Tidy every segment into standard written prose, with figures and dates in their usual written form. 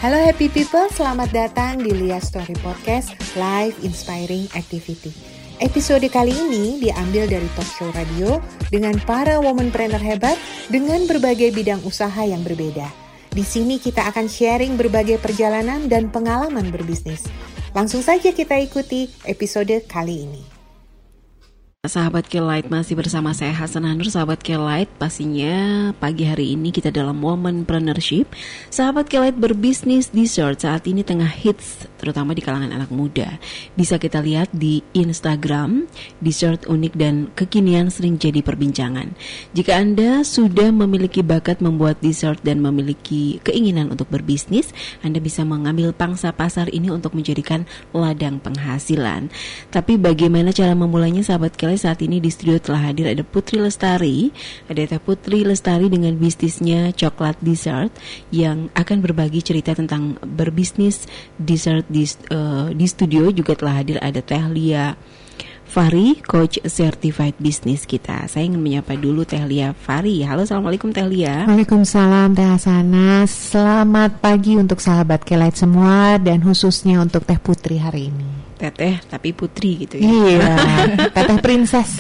Halo happy people, selamat datang di Lia Story Podcast Live Inspiring Activity. Episode kali ini diambil dari talk show radio dengan para womanpreneur hebat dengan berbagai bidang usaha yang berbeda. Di sini kita akan sharing berbagai perjalanan dan pengalaman berbisnis. Langsung saja kita ikuti episode kali ini. Sahabat K-Light, masih bersama saya Hasan Hanur. Sahabat K-Light, pastinya pagi hari ini kita dalam womanpreneurship. Sahabat K-Light, berbisnis dessert saat ini tengah hits, terutama di kalangan anak muda. Bisa kita lihat di Instagram, dessert unik dan kekinian sering jadi perbincangan. Jika Anda sudah memiliki bakat membuat dessert dan memiliki keinginan untuk berbisnis, Anda bisa mengambil pangsa pasar ini untuk menjadikan ladang penghasilan. Tapi bagaimana cara memulainya, sahabat K-Light? Saat ini di studio telah hadir ada Putri Lestari. Ada Teh Putri Lestari dengan bisnisnya coklat dessert yang akan berbagi cerita tentang berbisnis dessert di studio. Juga telah hadir ada Teh Lia Fari, Coach Certified Business kita. Saya ingin menyapa dulu Teh Lia Fari. Halo, Assalamualaikum Teh Lia. Waalaikumsalam Teh Hasana. Selamat pagi untuk sahabat K-Light semua dan khususnya untuk Teh Putri hari ini. Teteh tapi putri gitu ya. Iya, teteh princess.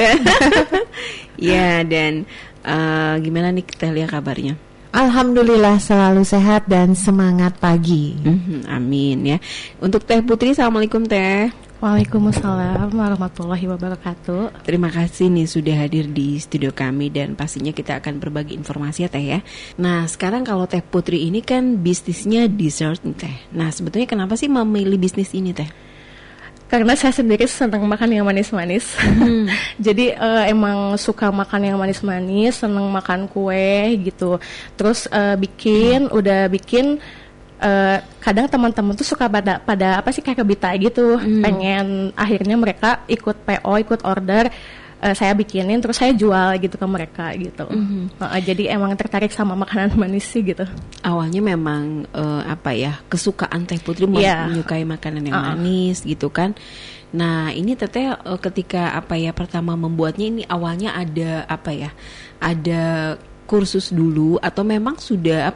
Ya, dan gimana nih Teh Lia kabarnya? Alhamdulillah selalu sehat dan semangat pagi. Amin ya. Untuk Teh Putri, Assalamualaikum Teh. Waalaikumsalam warahmatullahi wabarakatuh. Terima kasih nih sudah hadir di studio kami dan pastinya kita akan berbagi informasi ya Teh ya. Nah, sekarang kalau Teh Putri ini kan bisnisnya dessert nih Teh. Nah, sebetulnya kenapa sih memilih bisnis ini Teh? Karena saya sendiri senang makan yang manis-manis. Jadi emang suka makan yang manis-manis, senang makan kue gitu. Terus udah bikin kadang teman-teman tuh suka pada apa sih kayak kebita gitu. Pengen akhirnya mereka ikut PO, ikut order. Saya bikinin terus saya jual gitu ke mereka gitu. Jadi emang tertarik sama makanan manis sih gitu. Awalnya memang kesukaan Teh Putri menyukai makanan yang manis gitu kan. Nah ini Teteh ketika pertama membuatnya ini awalnya ada kursus dulu atau memang sudah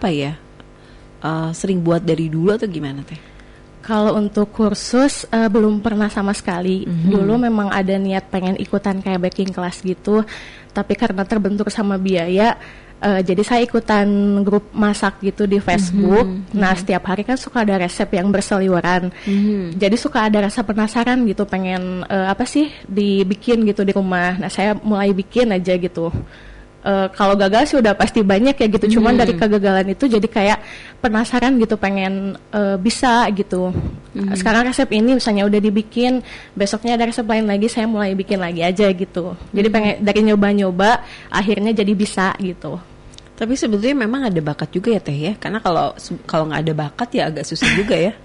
sering buat dari dulu atau gimana Teh? Kalau untuk kursus belum pernah sama sekali. Dulu memang ada niat pengen ikutan kayak baking class gitu, tapi karena terbentur sama biaya, jadi saya ikutan grup masak gitu di Facebook. Nah setiap hari kan suka ada resep yang berseliweran. Jadi suka ada rasa penasaran gitu, pengen dibikin gitu di rumah. Nah saya mulai bikin aja gitu. Kalau gagal sih udah pasti banyak ya gitu. Cuman dari kegagalan itu jadi kayak penasaran gitu, pengen bisa gitu. Sekarang resep ini misalnya udah dibikin, besoknya ada resep lain lagi, saya mulai bikin lagi aja gitu. Jadi pengen dari nyoba-nyoba akhirnya jadi bisa gitu. Tapi sebetulnya memang ada bakat juga ya Teh ya. Karena kalau nggak ada bakat ya agak susah juga ya.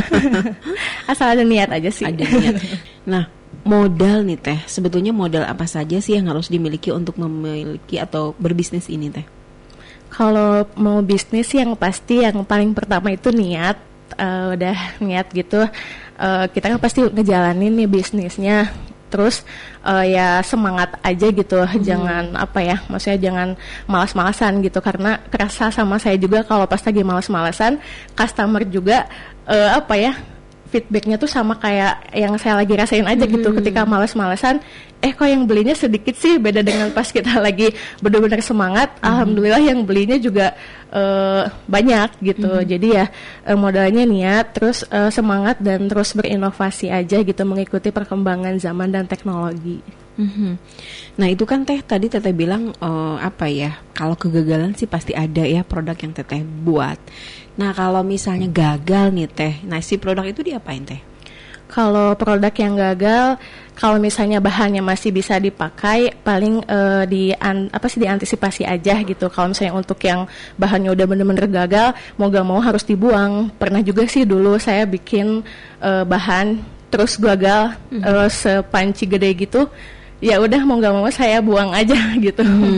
Asal ada niat aja sih. Ada niat. Nah, modal nih Teh, sebetulnya modal apa saja sih yang harus dimiliki untuk memiliki atau berbisnis ini Teh? Kalau mau bisnis yang pasti yang paling pertama itu niat. Udah niat gitu, kita kan pasti ngejalanin nih bisnisnya. Terus ya semangat aja gitu, jangan maksudnya jangan malas-malasan gitu. Karena kerasa sama saya juga kalau pas lagi malas-malasan, customer juga feedbacknya tuh sama kayak yang saya lagi rasain aja gitu. Ketika malas-malasan, kok yang belinya sedikit sih, beda dengan pas kita lagi benar-benar semangat. Alhamdulillah yang belinya juga banyak gitu. Jadi ya modalnya niat, terus semangat dan terus berinovasi aja gitu, mengikuti perkembangan zaman dan teknologi. Nah itu kan Teh tadi Teteh bilang kalau kegagalan sih pasti ada ya produk yang Teteh buat. Nah kalau misalnya gagal nih Teh, nah si produk itu diapain Teh? Kalau produk yang gagal, kalau misalnya bahannya masih bisa dipakai, paling diantisipasi aja gitu. Kalau misalnya untuk yang bahannya udah bener-bener gagal, mau gak mau harus dibuang. Pernah juga sih dulu saya bikin bahan terus gagal sepanci gede gitu. Ya udah mau nggak mau saya buang aja gitu.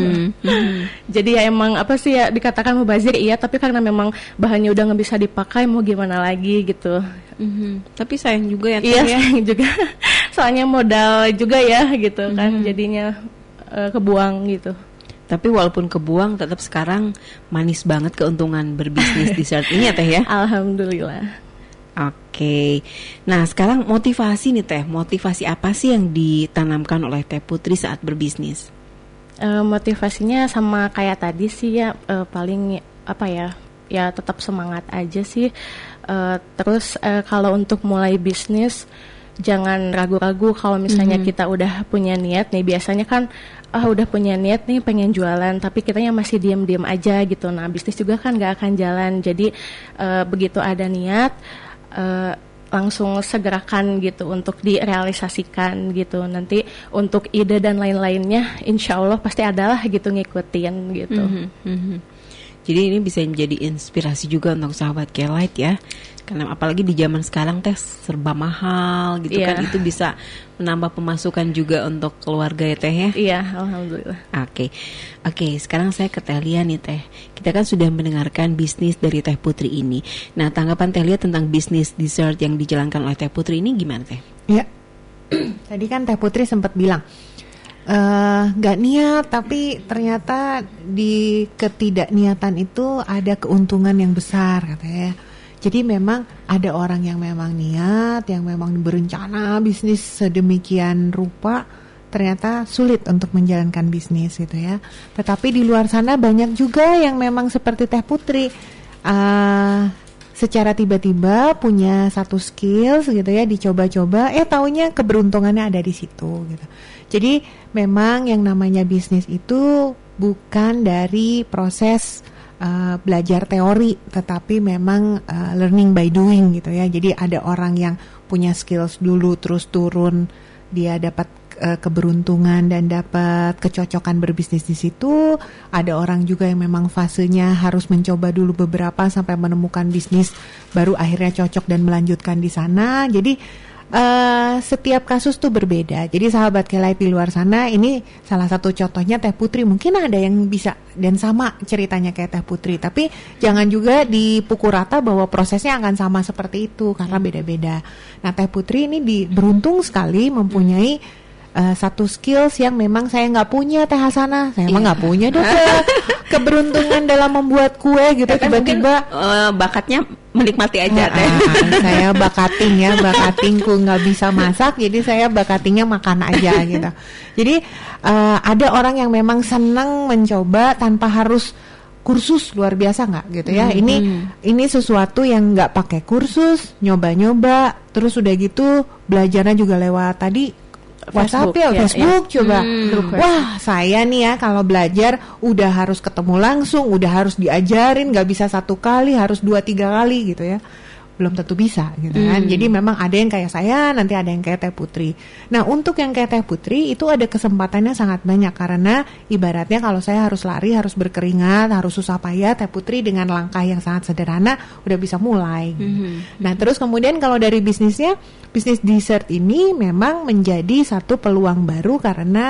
Jadi ya emang dikatakan mubazir iya, tapi karena memang bahannya udah nggak bisa dipakai, mau gimana lagi gitu. Tapi sayang juga ya. Iya sayang juga. Soalnya modal juga ya gitu kan, jadinya kebuang gitu. Tapi walaupun kebuang, tetap sekarang manis banget keuntungan berbisnis dessert ini ya Teh ya? Alhamdulillah. Oke. Nah sekarang motivasi nih Teh, motivasi apa sih yang ditanamkan oleh Teh Putri saat berbisnis? Motivasinya sama kayak tadi sih ya, paling apa ya tetap semangat aja sih. Terus kalau untuk mulai bisnis, jangan ragu-ragu kalau misalnya kita udah punya niat nih. Biasanya kan udah punya niat nih pengen jualan, tapi kitanya masih diam-diam aja gitu. Nah bisnis juga kan gak akan jalan. Jadi begitu ada niat, langsung segerakan gitu untuk direalisasikan gitu. Nanti untuk ide dan lain-lainnya insya Allah pasti adalah gitu ngikutin gitu. Jadi ini bisa menjadi inspirasi juga untuk sahabat K-Lite ya. Karena apalagi di zaman sekarang Teh serba mahal gitu kan, itu bisa menambah pemasukan juga untuk keluarga ya Teh ya. Iya, alhamdulillah. Oke, sekarang saya ke Teh Lia nih Teh. Kita kan sudah mendengarkan bisnis dari Teh Putri ini. Nah, tanggapan Teh Lia tentang bisnis dessert yang dijalankan oleh Teh Putri ini gimana Teh? Ya, tadi kan Teh Putri sempat bilang gak niat, tapi ternyata di ketidakniatan itu ada keuntungan yang besar katanya. Jadi memang ada orang yang memang niat, yang memang berencana bisnis sedemikian rupa, ternyata sulit untuk menjalankan bisnis gitu ya. Tetapi di luar sana banyak juga yang memang seperti Teh Putri, secara tiba-tiba punya satu skills gitu ya, dicoba-coba, taunya keberuntungannya ada di situ gitu. Jadi memang yang namanya bisnis itu bukan dari proses belajar teori, tetapi memang learning by doing gitu ya. Jadi ada orang yang punya skills dulu, terus turun, dia dapat keberuntungan dan dapat kecocokan berbisnis di situ. Ada orang juga yang memang fasenya harus mencoba dulu beberapa sampai menemukan bisnis, baru akhirnya cocok dan melanjutkan di sana. Jadi setiap kasus tuh berbeda. Jadi sahabat K-Lite di luar sana, ini salah satu contohnya Teh Putri. Mungkin ada yang bisa dan sama ceritanya kayak Teh Putri, tapi jangan juga dipukul rata bahwa prosesnya akan sama seperti itu, karena beda-beda. Nah Teh Putri ini beruntung sekali mempunyai satu skills yang memang saya nggak punya Teh Hasanah. Saya emang nggak punya dong keberuntungan dalam membuat kue gitu. Tiba-tiba bakatnya menikmati aja Teh. Saya bakatingku nggak bisa masak, jadi saya bakatingnya makan aja gitu. Jadi ada orang yang memang senang mencoba tanpa harus kursus luar biasa nggak gitu ya. Ini sesuatu yang nggak pakai kursus, nyoba-nyoba, terus udah gitu belajarnya juga lewat tadi WhatsApp Facebook coba. Wah saya nih ya kalau belajar udah harus ketemu langsung, udah harus diajarin, gak bisa satu kali, harus 2-3 kali gitu ya. Belum tentu bisa gitu kan. Jadi memang ada yang kayak saya, nanti ada yang kayak Teh Putri. Nah untuk yang kayak Teh Putri itu ada kesempatannya sangat banyak, karena ibaratnya kalau saya harus lari, harus berkeringat, harus susah payah, Teh Putri dengan langkah yang sangat sederhana udah bisa mulai. Nah terus kemudian kalau dari bisnisnya, bisnis dessert ini memang menjadi satu peluang baru, karena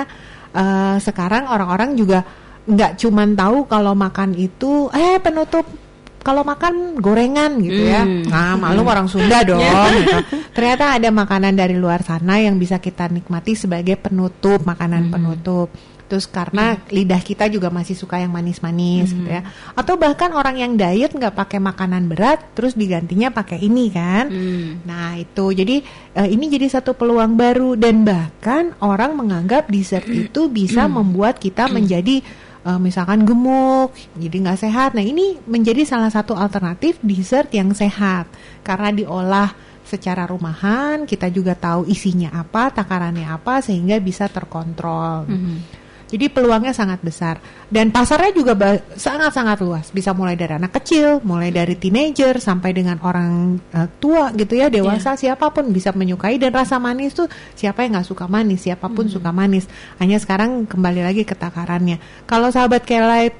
sekarang orang-orang juga nggak cuman tahu kalau makan itu penutup, kalau makan gorengan gitu ya. Nah, maklum orang Sunda dong gitu. Ternyata ada makanan dari luar sana yang bisa kita nikmati sebagai penutup, makanan penutup. Terus karena lidah kita juga masih suka yang manis-manis gitu ya. Atau bahkan orang yang diet nggak pakai makanan berat, terus digantinya pakai ini kan. Nah itu, jadi ini jadi satu peluang baru. Dan bahkan orang menganggap dessert itu bisa membuat kita menjadi misalkan gemuk, jadi nggak sehat. Nah ini menjadi salah satu alternatif dessert yang sehat, karena diolah secara rumahan, kita juga tahu isinya apa, takarannya apa, sehingga bisa terkontrol. Jadi peluangnya sangat besar, dan pasarnya juga sangat-sangat luas. Bisa mulai dari anak kecil, mulai dari teenager sampai dengan orang tua gitu ya, dewasa, siapapun bisa menyukai. Dan rasa manis tuh siapa yang nggak suka manis? Siapapun suka manis. Hanya sekarang kembali lagi ke takarannya. Kalau sahabat K-Lite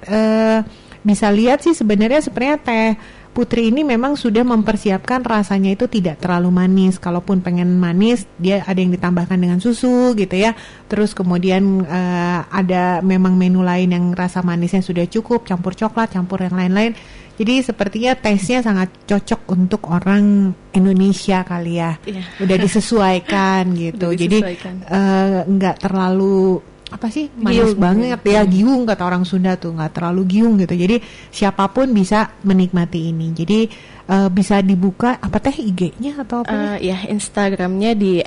bisa lihat sih sebenarnya Teh Putri ini memang sudah mempersiapkan rasanya itu tidak terlalu manis. Kalaupun pengen manis, dia ada yang ditambahkan dengan susu gitu ya. Terus kemudian ada memang menu lain yang rasa manisnya sudah cukup, campur coklat, campur yang lain-lain. Jadi sepertinya taste-nya sangat cocok untuk orang Indonesia kali ya. Udah disesuaikan gitu. Jadi nggak terlalu apa sih, manis banget ya, giung kata orang Sunda tuh, nggak terlalu giung gitu. Jadi siapapun bisa menikmati ini. Jadi bisa dibuka apa teh IG-nya atau apa? Ya, Instagramnya di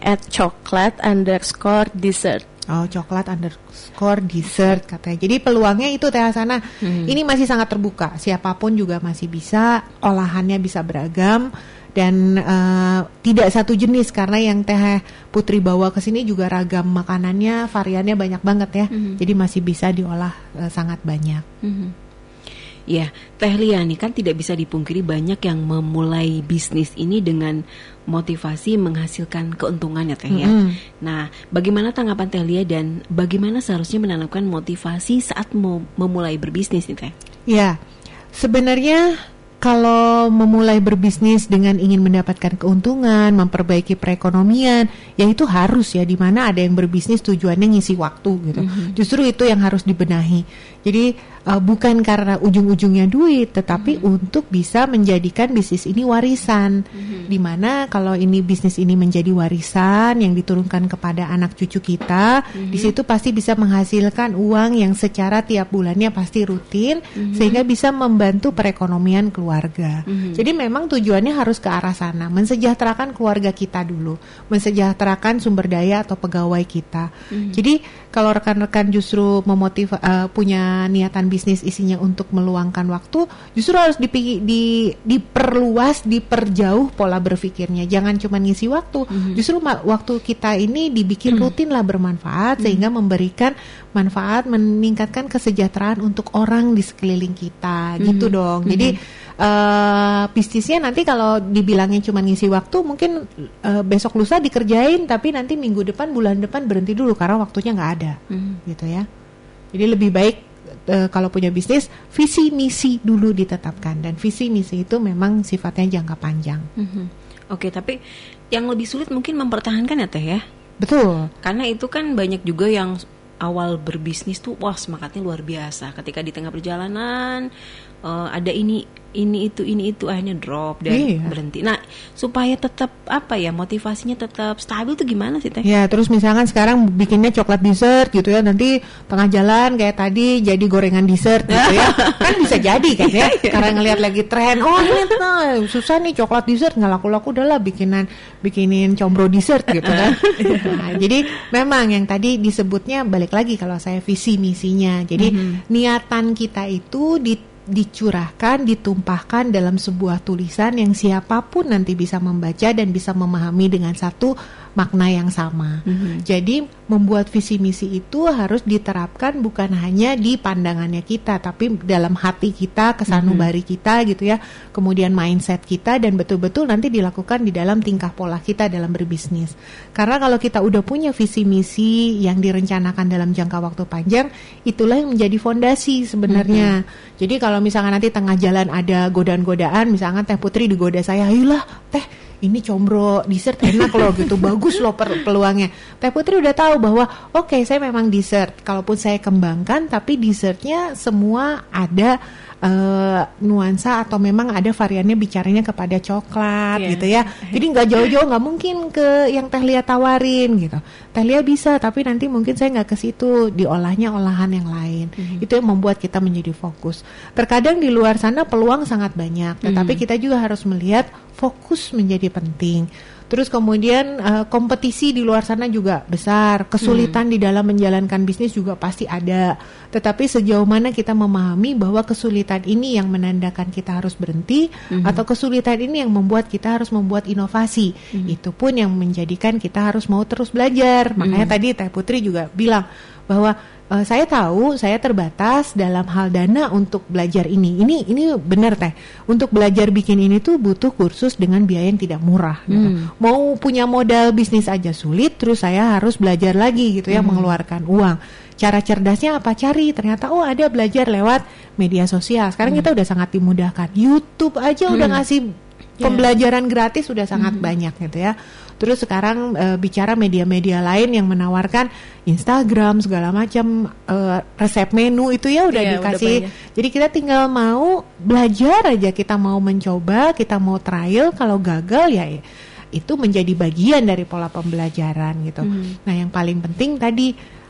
@coklat_dessert. Oh, coklat_dessert katanya. Jadi peluangnya itu Teh Hasanah. Ini masih sangat terbuka. Siapapun juga masih bisa, olahannya bisa beragam dan tidak satu jenis, karena yang Teh Putri bawa ke sini juga ragam makanannya, variannya banyak banget ya. Jadi masih bisa diolah sangat banyak. Ya, Teh Lia nih kan tidak bisa dipungkiri banyak yang memulai bisnis ini dengan motivasi menghasilkan keuntungan ya Teh ya. Nah, bagaimana tanggapan Teh Lia dan bagaimana seharusnya menanamkan motivasi saat memulai berbisnis nih Teh? Ya, sebenarnya kalau memulai berbisnis dengan ingin mendapatkan keuntungan, memperbaiki perekonomian, ya itu harus ya, di mana ada yang berbisnis tujuannya ngisi waktu gitu. Justru itu yang harus dibenahi. Jadi bukan karena ujung-ujungnya duit, tetapi untuk bisa menjadikan bisnis ini warisan. Di mana kalau ini bisnis ini menjadi warisan yang diturunkan kepada anak cucu kita, di situ pasti bisa menghasilkan uang yang secara tiap bulannya pasti rutin, sehingga bisa membantu perekonomian keluarga. Jadi memang tujuannya harus ke arah sana, mensejahterakan keluarga kita dulu, mensejahterakan sumber daya atau pegawai kita. Jadi kalau rekan-rekan justru punya niatan bisnis isinya untuk meluangkan waktu, justru harus diperluas, diperjauh pola berpikirnya. Jangan cuma ngisi waktu, justru waktu kita ini dibikin rutin lah bermanfaat, sehingga memberikan manfaat, meningkatkan kesejahteraan untuk orang di sekeliling kita, gitu dong. Jadi bisnisnya nanti kalau dibilangnya cuma ngisi waktu, mungkin besok lusa dikerjain, tapi nanti minggu depan, bulan depan berhenti dulu karena waktunya nggak ada, gitu ya. Jadi lebih baik kalau punya bisnis, visi misi dulu ditetapkan, dan visi misi itu memang sifatnya jangka panjang. Oke, tapi yang lebih sulit mungkin mempertahankan ya Teh ya. Betul. Karena itu kan banyak juga yang awal berbisnis tuh wah semangatnya luar biasa. Ketika di tengah perjalanan ada ini itu akhirnya drop dan berhenti. Nah, supaya tetap motivasinya tetap stabil tuh gimana sih Teh? Ya, terus misalkan sekarang bikinnya coklat dessert gitu ya, nanti tengah jalan kayak tadi jadi gorengan dessert gitu ya. Kan bisa jadi kan ya, karena ngelihat lagi tren, oh ini susah nih coklat dessert, nggak laku-laku, udahlah bikinin combro dessert gitu kan. Nah, jadi memang yang tadi disebutnya balik lagi kalau saya visi misinya. Jadi niatan kita itu dicurahkan, ditumpahkan dalam sebuah tulisan yang siapapun nanti bisa membaca dan bisa memahami dengan satu makna yang sama. Jadi membuat visi misi itu harus diterapkan bukan hanya di pandangannya kita, tapi dalam hati kita, kesanubari kita gitu ya, kemudian mindset kita, dan betul-betul nanti dilakukan di dalam tingkah pola kita dalam berbisnis. Karena kalau kita udah punya visi misi yang direncanakan dalam jangka waktu panjang, itulah yang menjadi fondasi sebenarnya. Jadi kalau misalkan nanti tengah jalan ada godaan-godaan, misalkan Teh Putri digoda saya, ayolah Teh, ini combro dessert enak loh gitu, bagus loh peluangnya. Teh Putri udah tahu bahwa oke, saya memang dessert, kalaupun saya kembangkan, tapi dessertnya semua ada nuansa atau memang ada variannya bicaranya kepada coklat gitu ya. Jadi nggak jauh-jauh, nggak mungkin ke yang Teh Lia tawarin gitu. Teh Lia bisa, tapi nanti mungkin saya nggak ke situ, diolahnya olahan yang lain. Itu yang membuat kita menjadi fokus. Terkadang di luar sana peluang sangat banyak, tetapi kita juga harus melihat fokus menjadi penting. Terus kemudian kompetisi di luar sana juga besar, kesulitan di dalam menjalankan bisnis juga pasti ada. Tetapi sejauh mana kita memahami bahwa kesulitan ini yang menandakan kita harus berhenti, atau kesulitan ini yang membuat kita harus membuat inovasi, itu pun yang menjadikan kita harus mau terus belajar. Makanya tadi Teh Putri juga bilang bahwa saya tahu saya terbatas dalam hal dana untuk belajar ini. Ini benar Teh. Untuk belajar bikin ini tuh butuh kursus dengan biaya yang tidak murah gitu. Mau punya modal bisnis aja sulit, terus saya harus belajar lagi gitu ya, mengeluarkan uang. Cara cerdasnya apa? Cari, ternyata ada belajar lewat media sosial. Sekarang kita udah sangat dimudahkan. YouTube aja udah ngasih pembelajaran gratis, udah sangat banyak gitu ya. Terus sekarang bicara media-media lain yang menawarkan Instagram segala macam, resep menu itu ya udah dikasih. Jadi kita tinggal mau belajar aja, kita mau mencoba, kita mau trial. Kalau gagal ya itu menjadi bagian dari pola pembelajaran gitu. Nah yang paling penting tadi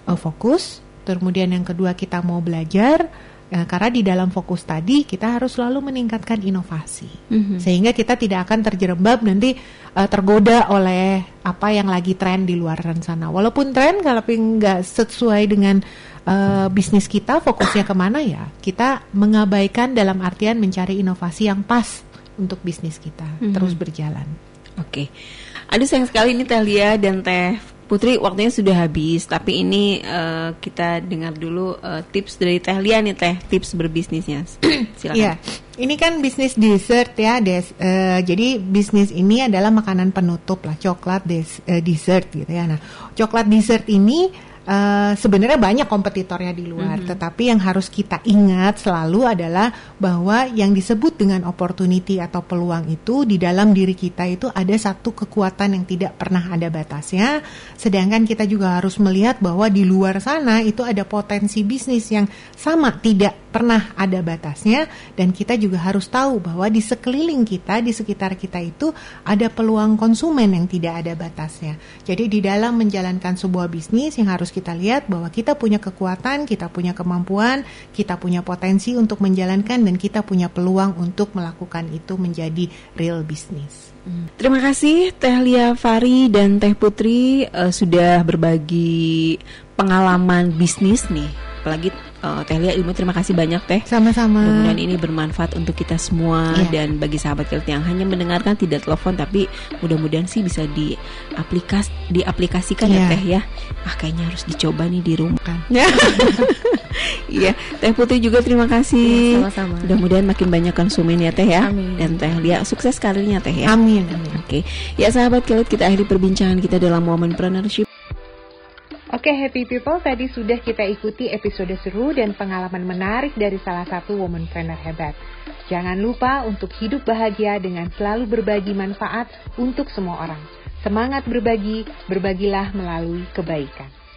fokus. Kemudian yang kedua kita mau belajar, karena di dalam fokus tadi kita harus selalu meningkatkan inovasi, sehingga kita tidak akan terjerembab nanti tergoda oleh apa yang lagi tren di luar sana. Walaupun tren kalau nggak sesuai dengan bisnis kita, fokusnya kemana ya, kita mengabaikan dalam artian mencari inovasi yang pas untuk bisnis kita terus berjalan. Oke. Aduh sayang sekali ini Teh Lia dan Teh Putri, waktunya sudah habis, tapi ini kita dengar dulu tips dari Teh Lia nih Teh, tips berbisnisnya. Silakan. Iya, ini kan bisnis dessert ya, jadi bisnis ini adalah makanan penutup lah, coklat dessert gitu ya. Nah, coklat dessert ini sebenarnya banyak kompetitornya di luar, tetapi yang harus kita ingat selalu adalah bahwa yang disebut dengan opportunity atau peluang itu di dalam diri kita itu ada satu kekuatan yang tidak pernah ada batasnya, sedangkan kita juga harus melihat bahwa di luar sana itu ada potensi bisnis yang sama tidak pernah ada batasnya, dan kita juga harus tahu bahwa di sekeliling kita, di sekitar kita itu ada peluang konsumen yang tidak ada batasnya. Jadi di dalam menjalankan sebuah bisnis yang harus kita lihat bahwa kita punya kekuatan, kita punya kemampuan, kita punya potensi untuk menjalankan, dan kita punya peluang untuk melakukan itu menjadi real bisnis. Terima kasih Teh Lia Fari dan Teh Putri sudah berbagi pengalaman bisnis nih. Apalagi Teh Lia Ilmu, terima kasih banyak Teh. Sama-sama. Mudah-mudahan ini bermanfaat untuk kita semua, dan bagi sahabat Kilat yang hanya mendengarkan tidak telepon, tapi mudah-mudahan sih bisa diaplikasikan ya Teh ya. Kayaknya harus dicoba nih di rumah kan. Iya, Teh Putri juga terima kasih. Sama-sama. Mudah-mudahan makin banyak konsumen ya Teh ya. Amin. Dan Teh Lia sukses karirnya Teh ya. Amin. Oke. Ya sahabat Kilat, kita akhiri perbincangan kita dalam Womanpreneurship. Oke, happy people, tadi sudah kita ikuti episode seru dan pengalaman menarik dari salah satu womanpreneur hebat. Jangan lupa untuk hidup bahagia dengan selalu berbagi manfaat untuk semua orang. Semangat berbagi, berbagilah melalui kebaikan.